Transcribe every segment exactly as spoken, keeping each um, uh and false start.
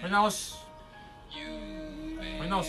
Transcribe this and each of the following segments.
り直し撮り直し。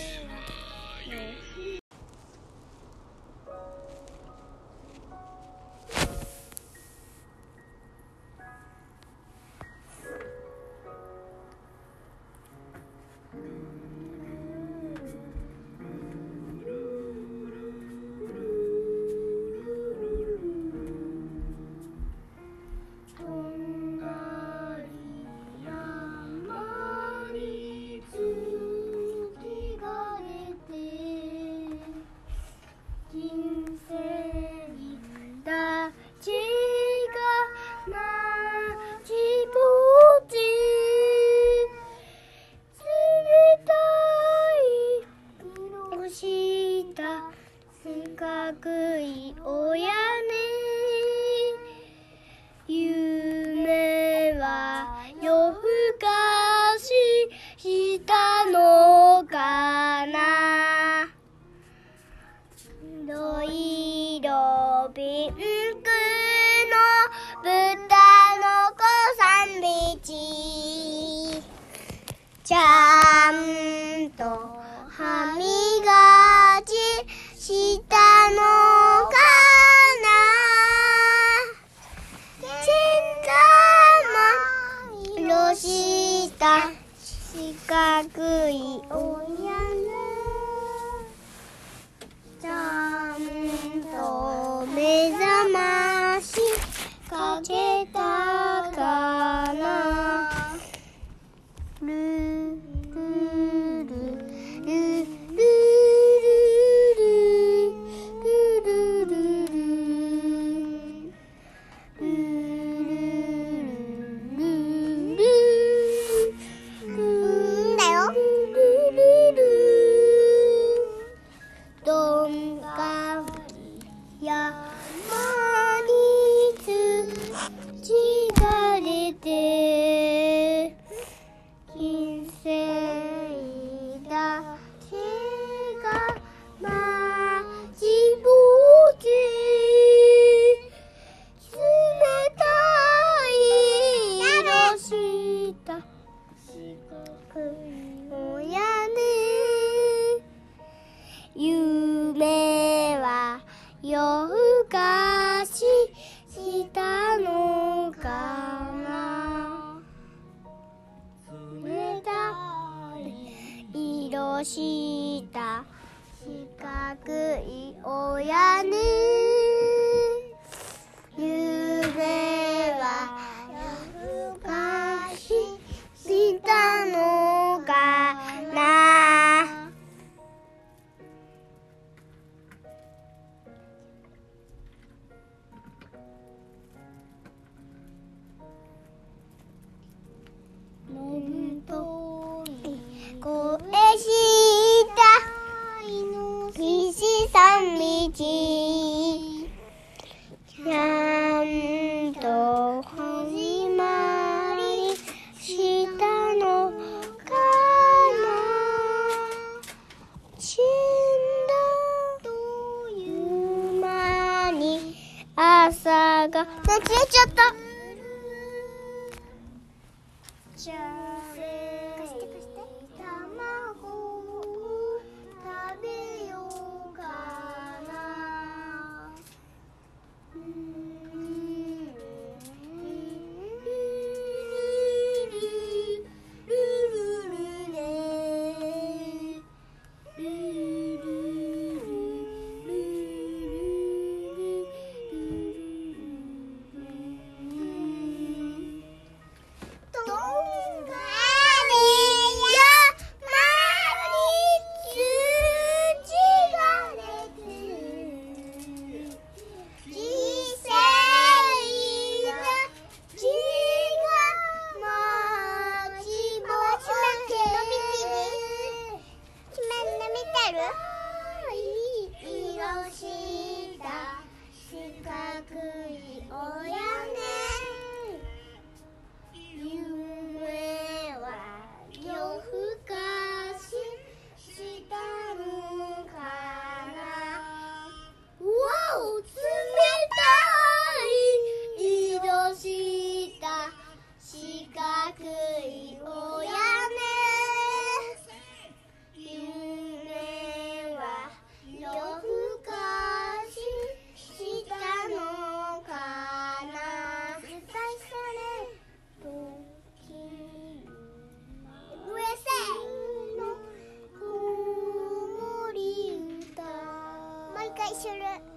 四角いお屋根、夢は夜更かししたのかな。色々ピンクの豚の子さんびち、ちゃんと歯磨きしたのかな。けん玉色した四角いお屋根、ちゃんと目覚ましかけたかな。ルルルル夢は夜更かししたのかな。冷たい色した四角いお屋根、夢は夜更かししたのかな。本当に恋した西さんみち、ちゃんと始まりしたのかな。死んだという間に朝が消えちゃった。じゃあ貸して貸して。卵を食べようかな。うーん、ルルルルね、ルルルルルルルルいする。